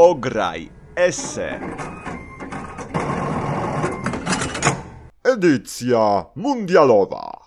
Ograj esse. Edycja mundialowa.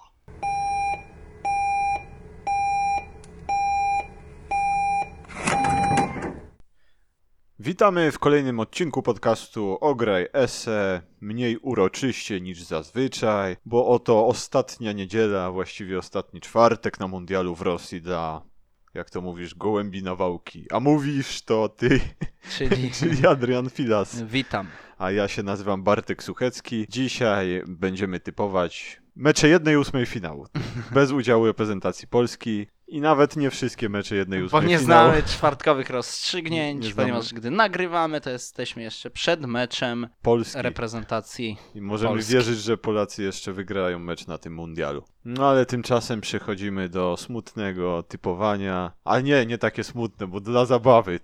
Witamy w kolejnym odcinku podcastu Ograj esse, mniej uroczyście niż zazwyczaj, bo oto ostatnia niedziela, właściwie ostatni czwartek na mundialu w Rosji dla, jak to mówisz, gołębi na wałki. A mówisz to ty, czyli Adrian Filas. Witam. A ja się nazywam Bartek Suchecki. Dzisiaj będziemy typować mecze 1/8 finału, bez udziału reprezentacji Polski. I nawet nie wszystkie mecze 1/8 finału. Bo nie znamy czwartkowych rozstrzygnięć, ponieważ gdy nagrywamy, to jesteśmy jeszcze przed meczem Polski. Reprezentacji I możemy Polski. wierzyć, że Polacy jeszcze wygrają mecz na tym mundialu. No ale tymczasem przechodzimy do smutnego typowania. A nie takie smutne, bo dla zabawy.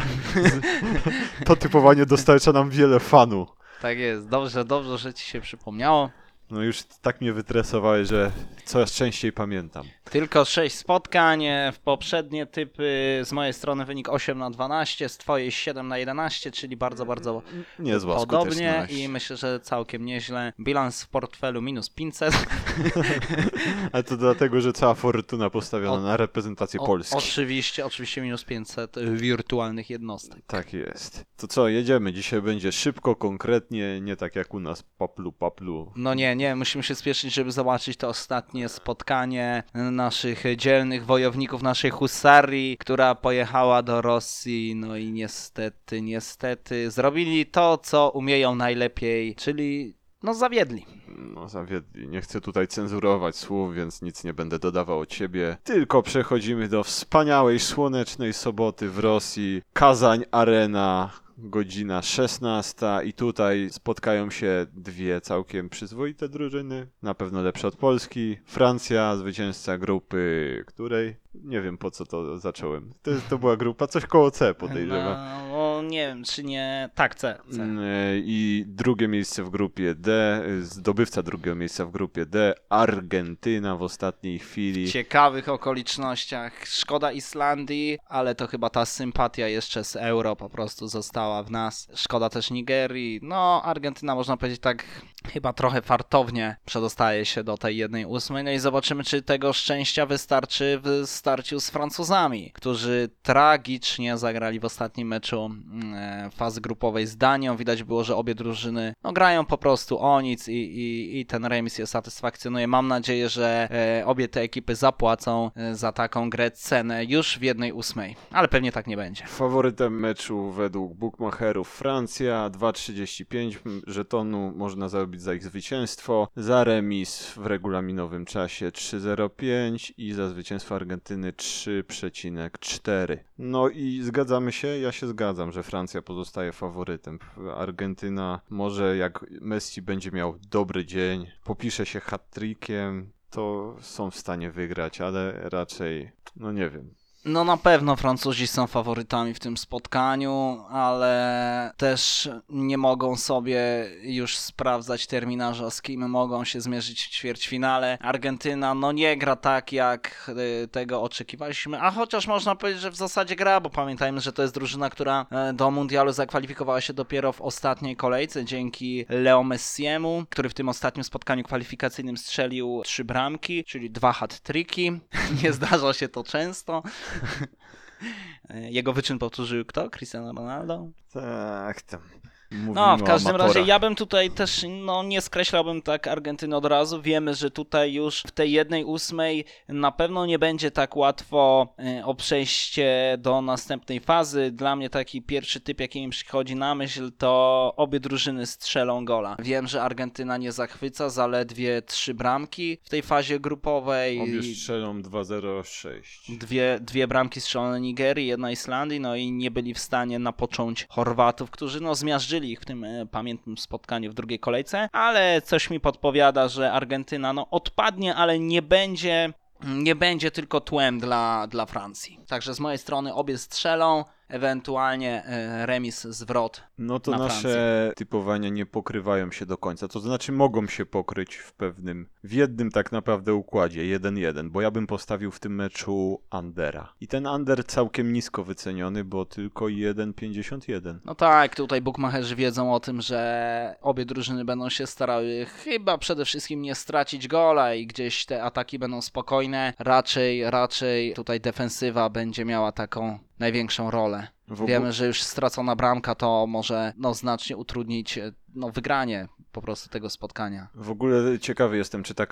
To typowanie dostarcza nam wiele fanu. Tak jest, dobrze, że ci się przypomniało. No już tak mnie wytresowałeś, że coraz częściej pamiętam. Tylko 6 spotkań, w poprzednie typy z mojej strony wynik 8/12, z twojej 7/11, czyli bardzo niezła podobnie skuteczność. i myślę, że całkiem nieźle. Bilans w portfelu minus 500. Ale to dlatego, że cała fortuna postawiona na reprezentację Polski. Oczywiście minus 500 wirtualnych jednostek. Tak jest. To co, jedziemy. Dzisiaj będzie szybko, konkretnie, nie tak jak u nas paplu. No nie, musimy się spieszyć, żeby zobaczyć to ostatnie spotkanie naszych dzielnych wojowników, naszej husarii, która pojechała do Rosji, no i niestety zrobili to, co umieją najlepiej, czyli zawiedli. Zawiedli. Nie chcę tutaj cenzurować słów, więc nic nie będę dodawał od siebie. Tylko przechodzimy do wspaniałej, słonecznej soboty w Rosji. Kazań Arena, godzina 16 i tutaj spotkają się dwie całkiem przyzwoite drużyny. Na pewno lepsze od Polski. Francja, zwycięzca grupy której? Nie wiem, po co to zacząłem. To była grupa, coś koło C, podejrzewam. No, nie wiem, czy nie... Tak, C. I drugie miejsce w grupie D, zdobywca drugiego miejsca w grupie D, Argentyna w ostatniej chwili. W ciekawych okolicznościach. Szkoda Islandii, ale to chyba ta sympatia jeszcze z Euro po prostu została w nas. Szkoda też Nigerii. No, Argentyna, można powiedzieć tak, chyba trochę fartownie przedostaje się do tej 1/8. No i zobaczymy, czy tego szczęścia wystarczy w starciu z Francuzami, którzy tragicznie zagrali w ostatnim meczu fazy grupowej z Danią. Widać było, że obie drużyny grają po prostu o nic i ten remis je satysfakcjonuje. Mam nadzieję, że obie te ekipy zapłacą za taką grę cenę już w 1/8, ale pewnie tak nie będzie. Faworytem meczu według bookmacherów Francja, 2,35 żetonu można zarobić za ich zwycięstwo, za remis w regulaminowym czasie 3,05 i za zwycięstwo Argentyny 3,4. No i zgadzamy się, ja się zgadzam, że Francja pozostaje faworytem. Argentyna może, jak Messi będzie miał dobry dzień, popisze się hat-trickiem, to są w stanie wygrać, ale raczej, nie wiem. No na pewno Francuzi są faworytami w tym spotkaniu, ale też nie mogą sobie już sprawdzać terminarza, z kim mogą się zmierzyć w ćwierćfinale. Argentyna nie gra tak, jak tego oczekiwaliśmy, a chociaż można powiedzieć, że w zasadzie gra, bo pamiętajmy, że to jest drużyna, która do mundialu zakwalifikowała się dopiero w ostatniej kolejce dzięki Leo Messiemu, który w tym ostatnim spotkaniu kwalifikacyjnym strzelił 3 bramki, czyli 2 hat-tricki. Nie zdarza się to często. Jego wyczyn powtórzył kto? Cristiano Ronaldo? Tak, tam. W każdym razie ja bym tutaj też nie skreślałbym tak Argentyny od razu. Wiemy, że tutaj już w tej 1/8 na pewno nie będzie tak łatwo o przejście do następnej fazy. Dla mnie taki pierwszy typ, jaki mi przychodzi na myśl, to obie drużyny strzelą gola. Wiem, że Argentyna nie zachwyca, zaledwie 3 bramki w tej fazie grupowej. Obie strzelą 2,06. Dwie bramki strzelone Nigerii, jedna Islandii, i nie byli w stanie napocząć Chorwatów, którzy zmiażdżyli ich w tym pamiętnym spotkaniu w drugiej kolejce, ale coś mi podpowiada, że Argentyna odpadnie, ale nie będzie tylko tłem dla Francji. Także z mojej strony obie strzelą. ewentualnie remis, zwrot. No to na nasze Francję. typowania nie pokrywają się do końca. To znaczy mogą się pokryć w jednym tak naprawdę układzie 1-1, bo ja bym postawił w tym meczu undera. I ten under całkiem nisko wyceniony, bo tylko 1,51. No tak, tutaj bookmacherzy wiedzą o tym, że obie drużyny będą się starały chyba przede wszystkim nie stracić gola i gdzieś te ataki będą spokojne. Raczej tutaj defensywa będzie miała taką największą rolę. Wiemy, że już stracona bramka to może znacznie utrudnić wygranie po prostu tego spotkania. W ogóle ciekawy jestem, czy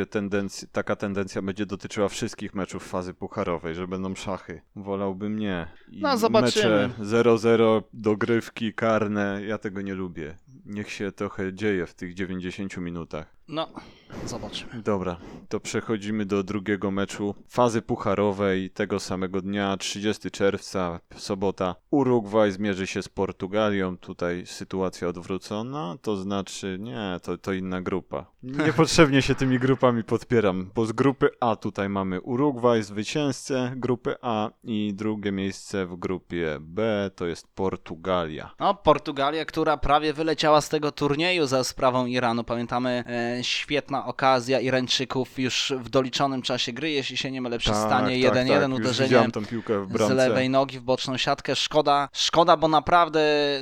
taka tendencja będzie dotyczyła wszystkich meczów fazy pucharowej, że będą szachy. Wolałbym nie. I No, zobaczymy. Mecze 0-0, dogrywki, karne, ja tego nie lubię. Niech się trochę dzieje w tych 90 minutach. No, zobaczymy. Dobra, to przechodzimy do drugiego meczu fazy pucharowej tego samego dnia, 30 czerwca, sobota. Urugwaj zmierzy się z Portugalią, tutaj sytuacja odwrócona, to znaczy to inna grupa. Niepotrzebnie się tymi grupami podpieram, bo z grupy A tutaj mamy Urugwaj, zwycięzcę grupy A i drugie miejsce w grupie B to jest Portugalia. No, Portugalia, która prawie wyleciała z tego turnieju za sprawą Iranu. Pamiętamy, świetna okazja Irańczyków już w doliczonym czasie gry, jeśli się nie mylę, przy stanie 1-1, już uderzenie widziałem tą piłkę w z bramce. lewej nogi w boczną siatkę. Szkoda, bo naprawdę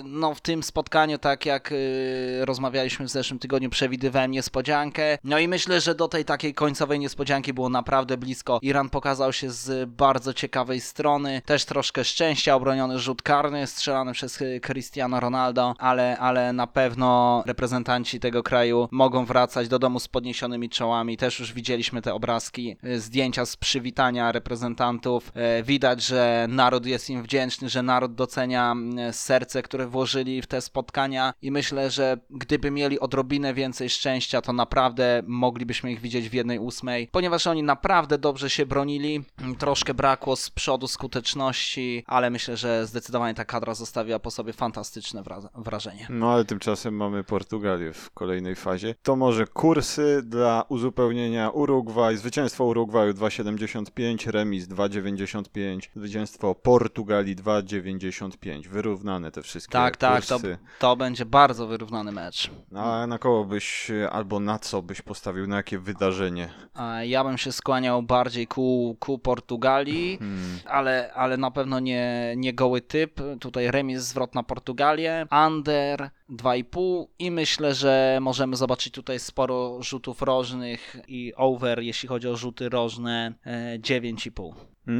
w tym spotkaniu, tak jak rozmawialiśmy w zeszłym tygodniu, przewidywałem niespodziankę. No i myślę, że do tej takiej końcowej niespodzianki było naprawdę blisko. Iran pokazał się z bardzo ciekawej strony. Też troszkę szczęścia, obroniony rzut karny strzelany przez Cristiano Ronaldo, ale na pewno reprezentanci tego kraju mogą wracać do domu z podniesionymi czołami. Też już widzieliśmy te obrazki, zdjęcia z przywitania reprezentantów. Widać, że naród jest im wdzięczny, że naród docenia serce, które włożyli w te spotkania i myślę, że gdyby mieli odrobinę więcej szczęścia, to naprawdę moglibyśmy ich widzieć w 1/8, ponieważ oni naprawdę dobrze się bronili. Troszkę brakło z przodu skuteczności, ale myślę, że zdecydowanie ta kadra zostawiła po sobie fantastyczne wrażenie. No ale tymczasem mamy Portugalię w kolejnej fazie. To może kursy dla uzupełnienia. Urugwaj, zwycięstwo Urugwaju 2,75, remis 2,95, zwycięstwo Portugalii 2,95. Wyrównane te wszystkie kursy. To będzie bardzo wyrównany mecz. A na kogo byś, albo na co byś postawił, na jakie wydarzenie? Ja bym się skłaniał bardziej ku Portugalii, ale na pewno nie goły typ. Tutaj remis, zwrot na Portugalię, under 2,5 i myślę, że możemy zobaczyć tutaj sporo rzutów rożnych i over, jeśli chodzi o rzuty rożne, 9,5.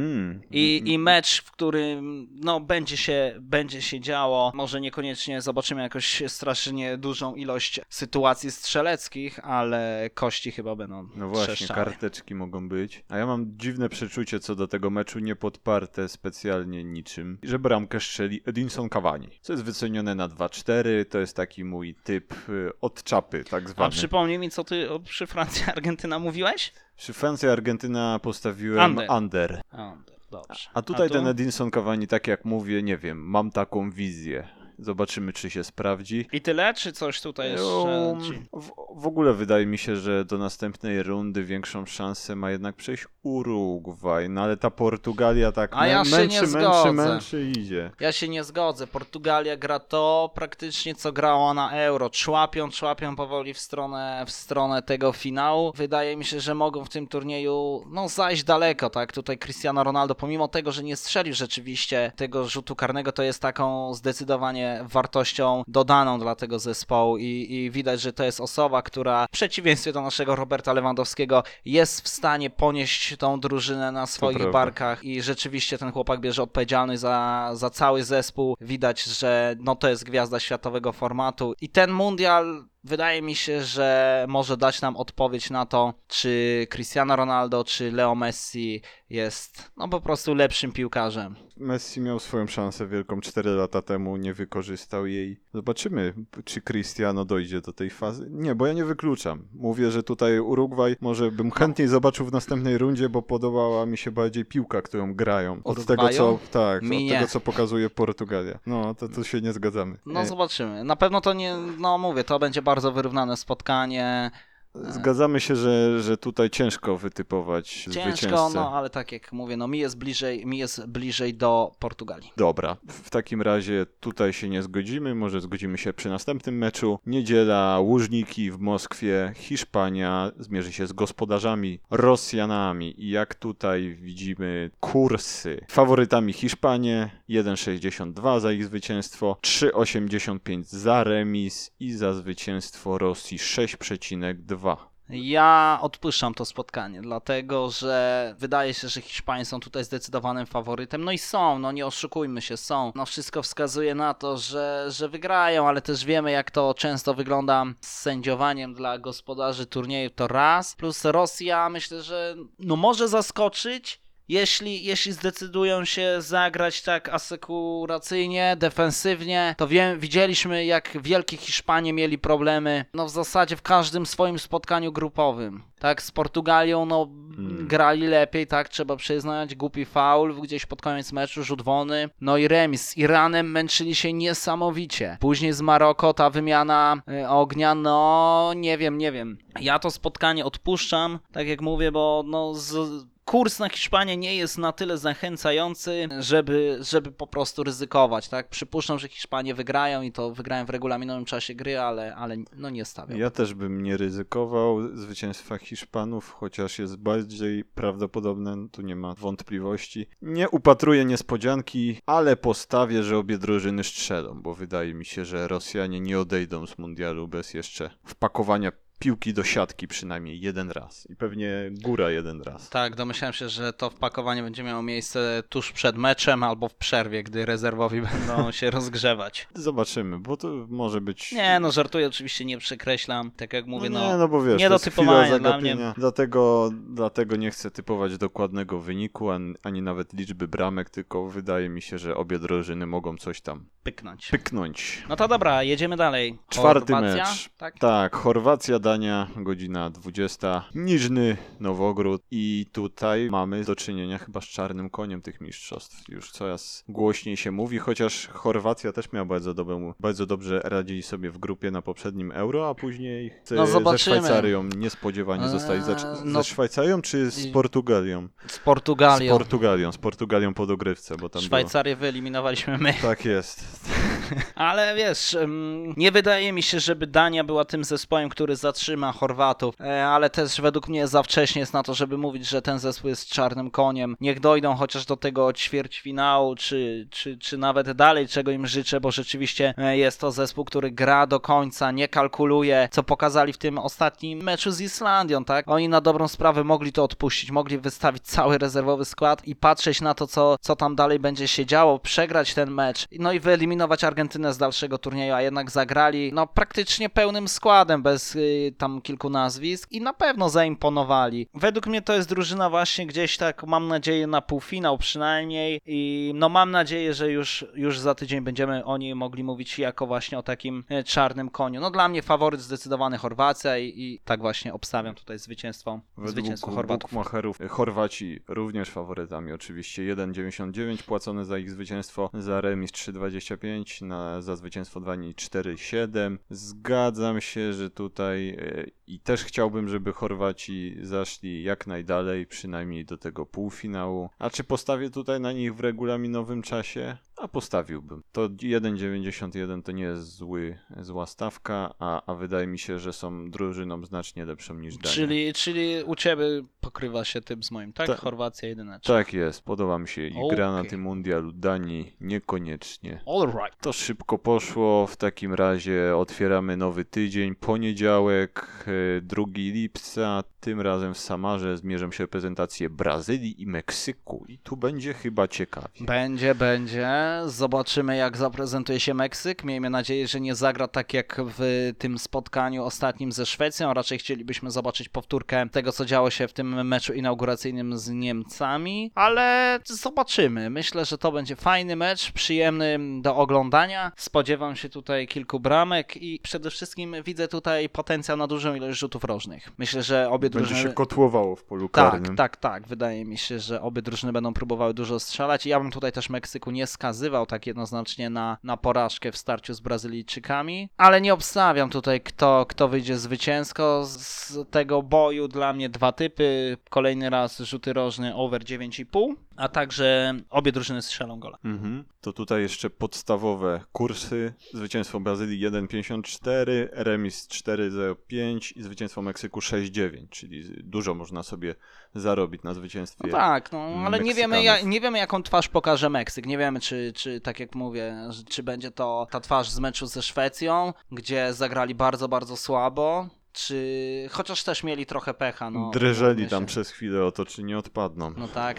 I mecz, w którym będzie się działo, może niekoniecznie zobaczymy jakoś strasznie dużą ilość sytuacji strzeleckich, ale kości chyba będą No właśnie, trzeszczały. karteczki mogą być. A ja mam dziwne przeczucie co do tego meczu, nie podparte specjalnie niczym, że bramkę strzeli Edinson Cavani, co jest wycenione na 2,4, to jest taki mój typ od czapy, tak zwany. A przypomnij mi, co ty przy Francja-Argentyna mówiłeś? Przy Francja-Argentyna postawiłem under. Dobrze. A tutaj tu? ten Edinson Cavani, tak jak mówię, nie wiem, mam taką wizję. Zobaczymy, czy się sprawdzi. I tyle, czy coś tutaj jeszcze? W ogóle wydaje mi się, że do następnej rundy większą szansę ma jednak przejść Urugwaj, no ale ta Portugalia tak męczy i idzie. Ja się nie zgodzę. Portugalia gra to praktycznie, co grała na Euro. Człapią powoli w stronę tego finału. Wydaje mi się, że mogą w tym turnieju zajść daleko, tak? Tutaj Cristiano Ronaldo, pomimo tego, że nie strzelił rzeczywiście tego rzutu karnego, to jest taką zdecydowanie wartością dodaną dla tego zespołu i widać, że to jest osoba, która w przeciwieństwie do naszego Roberta Lewandowskiego jest w stanie ponieść tą drużynę na swoich barkach i rzeczywiście ten chłopak bierze odpowiedzialność za cały zespół. Widać, że to jest gwiazda światowego formatu i ten mundial wydaje mi się, że może dać nam odpowiedź na to, czy Cristiano Ronaldo, czy Leo Messi jest po prostu lepszym piłkarzem. Messi miał swoją szansę wielką 4 lata temu, nie wykorzystał jej. Zobaczymy, czy Cristiano dojdzie do tej fazy. Nie, bo ja nie wykluczam. Mówię, że tutaj Urugwaj może bym chętniej zobaczył w następnej rundzie, bo podobała mi się bardziej piłka, którą grają. Od tego, co pokazuje Portugalia. No, to się nie zgadzamy. Zobaczymy. Na pewno to nie, mówię, to będzie bardzo wyrównane spotkanie. Zgadzamy się, że tutaj ciężko wytypować zwycięzcę. Ciężko, no ale tak jak mówię, no mi jest bliżej do Portugalii. Dobra, w takim razie tutaj się nie zgodzimy, może zgodzimy się przy następnym meczu. Niedziela, Łużniki w Moskwie, Hiszpania zmierzy się z gospodarzami Rosjanami i jak tutaj widzimy kursy. Faworytami Hiszpanie 1,62 za ich zwycięstwo, 3,85 za remis i za zwycięstwo Rosji 6,2. Ja odpuszczam to spotkanie, dlatego że wydaje się, że Hiszpanie są tutaj zdecydowanym faworytem. No i są, no nie oszukujmy się, są. No wszystko wskazuje na to, że wygrają, ale też wiemy, jak to często wygląda z sędziowaniem dla gospodarzy turnieju, to raz. Plus Rosja, myślę, że no może zaskoczyć, jeśli zdecydują się zagrać tak asekuracyjnie, defensywnie, to widzieliśmy, jak wielkie Hiszpanie mieli problemy, no w zasadzie w każdym swoim spotkaniu grupowym. Tak, z Portugalią, no grali lepiej, tak, trzeba przyznać, głupi faul, gdzieś pod koniec meczu, rzut wolny, no i remis. Z Iranem męczyli się niesamowicie. Później z Maroko ta wymiana ognia, no nie wiem. Ja to spotkanie odpuszczam, tak jak mówię, bo no kurs na Hiszpanię nie jest na tyle zachęcający, żeby po prostu ryzykować, tak? Przypuszczam, że Hiszpanie wygrają i to wygrają w regulaminowym czasie gry, ale no nie stawiam. Ja też bym nie ryzykował zwycięstwa Hiszpanów, chociaż jest bardziej prawdopodobne, tu nie ma wątpliwości. Nie upatruję niespodzianki, ale postawię, że obie drużyny strzelą, bo wydaje mi się, że Rosjanie nie odejdą z mundialu bez jeszcze wpakowania piłki do siatki przynajmniej jeden raz i pewnie góra jeden raz. Tak, domyślałem się, że to wpakowanie będzie miało miejsce tuż przed meczem albo w przerwie, gdy rezerwowi będą się rozgrzewać. Zobaczymy, bo to może być... Nie, no żartuję, oczywiście nie przekreślam, tak jak mówię, nie, no bo wiesz, nie to do jest typowania chwila dla mnie. zagapienia. Dlatego nie chcę typować dokładnego wyniku, ani nawet liczby bramek, tylko wydaje mi się, że obie drużyny mogą coś tam pyknąć. No to dobra, jedziemy dalej. Czwarty Chorwacja, mecz. Tak, Chorwacja, Dania, godzina 20. Niżny Nowogród i tutaj mamy do czynienia chyba z czarnym koniem tych mistrzostw. Już coraz głośniej się mówi, chociaż Chorwacja też miała bardzo dobrze radzili sobie w grupie na poprzednim Euro, a później ze Szwajcarią niespodziewanie zostali. Ze Szwajcarią czy z Portugalią? Z Portugalią. Z Portugalią po dogrywce, bo tam Szwajcarię wyeliminowaliśmy my. Tak jest. Ale wiesz, nie wydaje mi się, żeby Dania była tym zespołem, który zatrzyma Chorwatów, ale też według mnie za wcześnie jest na to, żeby mówić, że ten zespół jest czarnym koniem. Niech dojdą chociaż do tego ćwierćfinału, czy nawet dalej, czego im życzę, bo rzeczywiście jest to zespół, który gra do końca, nie kalkuluje, co pokazali w tym ostatnim meczu z Islandią, tak? Oni na dobrą sprawę mogli to odpuścić, mogli wystawić cały rezerwowy skład i patrzeć na to, co tam dalej będzie się działo, przegrać ten mecz, no i wyeliminować Argentynę z dalszego turnieju, a jednak zagrali no praktycznie pełnym składem, bez tam kilku nazwisk i na pewno zaimponowali. Według mnie to jest drużyna właśnie gdzieś tak, mam nadzieję, na półfinał przynajmniej i no mam nadzieję, że już za tydzień będziemy o niej mogli mówić jako właśnie o takim czarnym koniu. No dla mnie faworyt zdecydowany Chorwacja i tak właśnie obstawiam tutaj zwycięstwo Chorwatów. Bookmacherów Chorwaci również faworytami oczywiście. 1,99 płacone za ich zwycięstwo, za remis 3,25, za zwycięstwo Danii 4,7. Zgadzam się, że tutaj i też chciałbym, żeby Chorwaci zaszli jak najdalej, przynajmniej do tego półfinału. A czy postawię tutaj na nich w regulaminowym czasie? A postawiłbym. To 1,91 to nie jest zła stawka, a wydaje mi się, że są drużyną znacznie lepszą niż Dania. Czyli u Ciebie pokrywa się tym z moim, tak? Chorwacja jedyneczka. Tak jest, podoba mi się i gra na tym mundialu. Danii niekoniecznie. All right. To szybko poszło, w takim razie otwieramy nowy tydzień, poniedziałek, 2 lipca, tym razem w Samarze zmierzą się reprezentacje Brazylii i Meksyku i tu będzie chyba ciekawie. Będzie. Zobaczymy, jak zaprezentuje się Meksyk. Miejmy nadzieję, że nie zagra tak jak w tym spotkaniu ostatnim ze Szwecją. Raczej chcielibyśmy zobaczyć powtórkę tego, co działo się w tym meczu inauguracyjnym z Niemcami, ale zobaczymy. Myślę, że to będzie fajny mecz, przyjemny do oglądania. Spodziewam się tutaj kilku bramek i przede wszystkim widzę tutaj potencjał potencjał na dużą ilość rzutów rożnych. Myślę, że obie Będzie drużyny... się kotłowało w polu karnym. Tak. Wydaje mi się, że obie drużyny będą próbowały dużo strzelać i ja bym tutaj też Meksyku nie skazywał tak jednoznacznie na porażkę w starciu z Brazylijczykami, ale nie obstawiam tutaj, kto wyjdzie zwycięsko z tego boju. Dla mnie dwa typy. Kolejny raz rzuty rożne over 9,5, a także obie drużyny strzelą gola. To tutaj jeszcze podstawowe kursy. Zwycięstwo Brazylii 1,54, remis 4,05 i zwycięstwo Meksyku 6,9, czyli dużo można sobie zarobić na zwycięstwie. No tak, ale nie wiemy jaką twarz pokaże Meksyk. Nie wiemy, czy tak jak mówię, czy będzie to ta twarz z meczu ze Szwecją, gdzie zagrali bardzo, bardzo słabo. Chociaż też mieli trochę pecha. Drżeli tam przez chwilę o to, czy nie odpadną. No tak.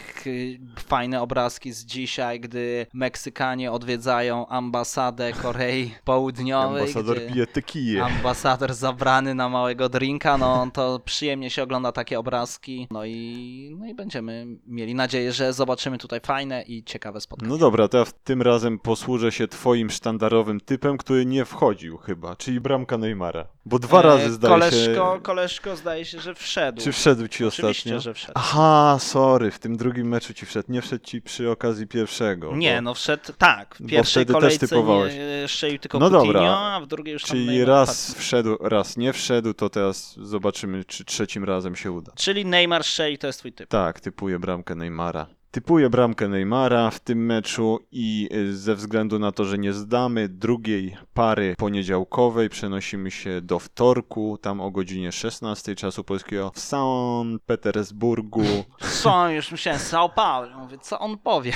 Fajne obrazki z dzisiaj, gdy Meksykanie odwiedzają ambasadę Korei Południowej. Ambasador pije tequiję. Ambasador zabrany na małego drinka, to przyjemnie się ogląda takie obrazki. No i będziemy mieli nadzieję, że zobaczymy tutaj fajne i ciekawe spotkanie. No dobra, to ja tym razem posłużę się twoim sztandarowym typem, który nie wchodził chyba, czyli bramka Neymara. Bo dwa razy zdaje się... Koleżko zdaje się, że wszedł. Czy wszedł ci Oczywiście, ostatnio? że wszedł. Aha, sorry, w tym drugim meczu ci wszedł. Nie wszedł ci przy okazji pierwszego. Nie, wszedł, tak. W pierwszej wtedy kolejce też typowałeś. nie strzelił tylko No Coutinho, dobra. a w drugiej już tam Czyli Neymar raz wpadł. wszedł, raz nie wszedł, to teraz zobaczymy, czy trzecim razem się uda. Czyli Neymar strzeli, to jest twój typ. Tak, typuję bramkę Neymara. Typuję bramkę Neymara w tym meczu i ze względu na to, że nie zdamy drugiej pary poniedziałkowej, przenosimy się do wtorku, tam o godzinie 16 czasu polskiego w Sankt Petersburgu. Już myślałem, São Paulo. Mówię, co on powie?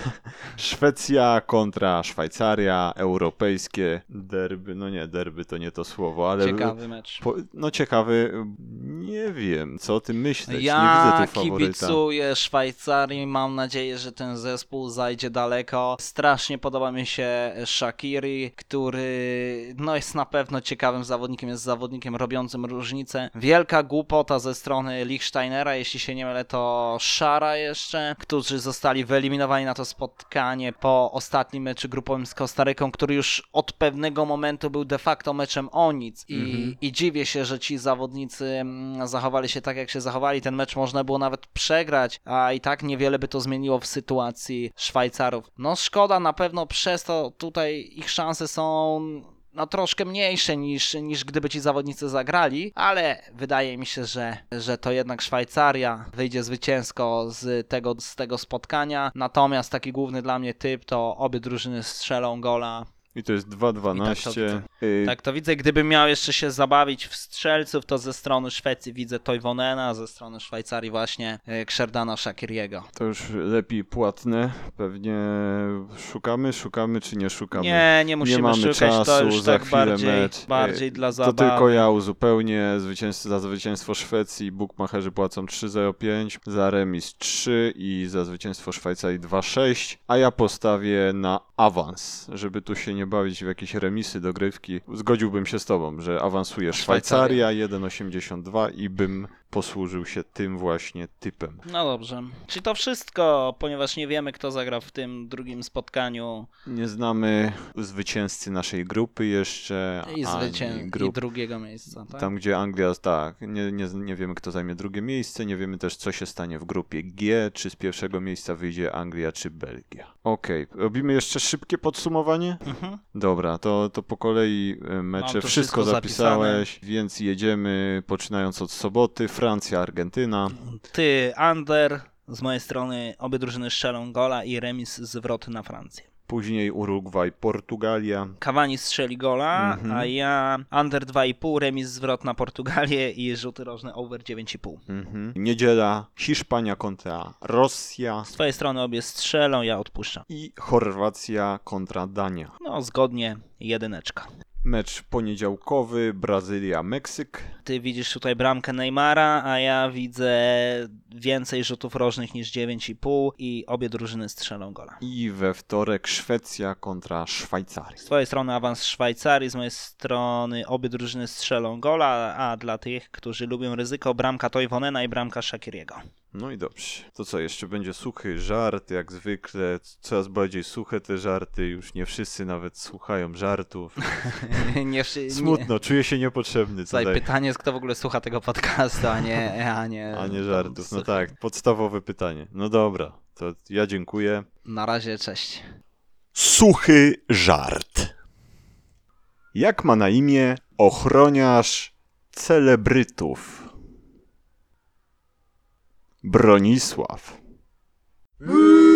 Szwecja kontra Szwajcaria, europejskie derby. No nie, derby to nie to słowo, ale... Ciekawy mecz. Ciekawy, nie wiem, co o tym myśleć, nie Ja widzę tu faworyta. kibicuję Szwajcarii, mam nadzieję, że ten zespół zajdzie daleko. Strasznie podoba mi się Shaqiri, który jest na pewno ciekawym zawodnikiem, jest zawodnikiem robiącym różnicę. Wielka głupota ze strony Lichtsteinera, jeśli się nie mylę, to Szara jeszcze, którzy zostali wyeliminowani na to spotkanie po ostatnim meczu grupowym z Kostaryką, który już od pewnego momentu był de facto meczem o nic i dziwię się, że ci zawodnicy zachowali się tak, jak się zachowali. Ten mecz można było nawet przegrać, a i tak niewiele by to zmieniło w sytuacji Szwajcarów. Szkoda, na pewno przez to tutaj ich szanse są troszkę mniejsze niż gdyby ci zawodnicy zagrali, ale wydaje mi się, że to jednak Szwajcaria wyjdzie zwycięsko z tego spotkania. Natomiast taki główny dla mnie typ to obie drużyny strzelą gola. I to jest 2,12. Tak to widzę. Gdybym miał jeszcze się zabawić w strzelców, to ze strony Szwecji widzę Toivonena, a ze strony Szwajcarii właśnie Xherdana Shaqiriego. To już lepiej płatne. Pewnie szukamy czy nie szukamy? Nie musimy nie mamy szukać, czasu, to już za tak chwilę mecz. bardziej dla zabawy. To tylko ja uzupełnię. Za zwycięstwo Szwecji bookmacherzy płacą 3,05, za remis 3 i za zwycięstwo Szwajcarii 2,6, a ja postawię na awans, żeby tu się nie bawić w jakieś remisy, dogrywki. Zgodziłbym się z tobą, że awansuje Szwajcaria 1,82 i bym posłużył się tym właśnie typem. No dobrze. Czyli to wszystko, ponieważ nie wiemy, kto zagra w tym drugim spotkaniu. Nie znamy zwycięzcy naszej grupy jeszcze. I drugiego miejsca, tak? Tam, gdzie Anglia, tak. Nie wiemy, kto zajmie drugie miejsce. Nie wiemy też, co się stanie w grupie G. Czy z pierwszego miejsca wyjdzie Anglia, czy Belgia. Okej. Robimy jeszcze szybkie podsumowanie? Dobra, to po kolei mecze. Wszystko zapisałeś, więc jedziemy poczynając od soboty. Francja, Argentyna. Ty, under, z mojej strony obie drużyny strzelą gola i remis zwroty na Francję. Później Urugwaj, Portugalia. Cavani strzeli gola, a ja under 2,5, remis zwrot na Portugalię i rzuty rożne over 9,5. Niedziela, Hiszpania kontra Rosja. Z twojej strony obie strzelą, ja odpuszczam. I Chorwacja kontra Dania. Zgodnie, 1. Mecz poniedziałkowy, Brazylia, Meksyk. Ty widzisz tutaj bramkę Neymara, a ja widzę więcej rzutów rożnych niż 9,5 i obie drużyny strzelą gola. I we wtorek Szwecja kontra Szwajcaria. Z twojej strony awans Szwajcarii, z mojej strony obie drużyny strzelą gola, a dla tych, którzy lubią ryzyko, bramka Toivonena i bramka Shaqiriego. No i dobrze. To co, jeszcze będzie suchy żart, jak zwykle. Coraz bardziej suche te żarty. Już nie wszyscy nawet słuchają żartów. Smutno, czuję się niepotrzebny. Tutaj Tutaj. pytanie jest, kto w ogóle słucha tego podcastu, a nie A nie tam żartów. No suchy. tak, podstawowe pytanie. No dobra, to ja dziękuję. Na razie, cześć. Suchy żart. Jak ma na imię ochroniarz celebrytów? Bronisław.